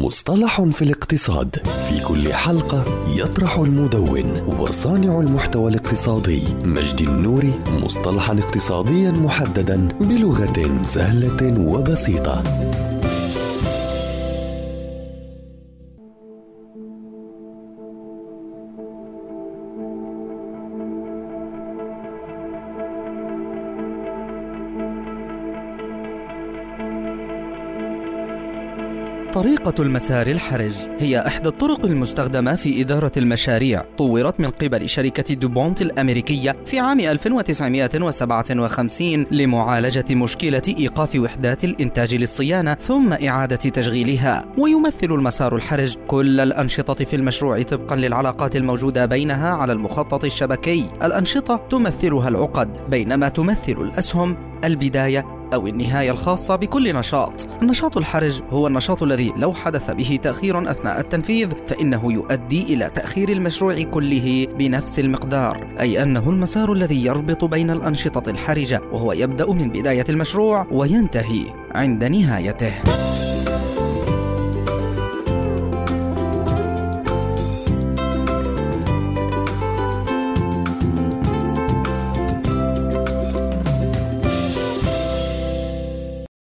مصطلح في الاقتصاد. في كل حلقة يطرح المدون وصانع المحتوى الاقتصادي مجدي النوري مصطلحا اقتصاديا محددا بلغة سهلة وبسيطة. طريقة المسار الحرج هي إحدى الطرق المستخدمة في إدارة المشاريع. طورت من قبل شركة دوبونت الأمريكية في عام 1957 لمعالجة مشكلة إيقاف وحدات الإنتاج للصيانة ثم إعادة تشغيلها. ويمثل المسار الحرج كل الأنشطة في المشروع طبقا للعلاقات الموجودة بينها على المخطط الشبكي. الأنشطة تمثلها العقد، بينما تمثل الأسهم البداية أو النهاية الخاصة بكل نشاط. النشاط الحرج هو النشاط الذي لو حدث به تأخير أثناء التنفيذ فإنه يؤدي إلى تأخير المشروع كله بنفس المقدار، أي أنه المسار الذي يربط بين الأنشطة الحرجة، وهو يبدأ من بداية المشروع وينتهي عند نهايته.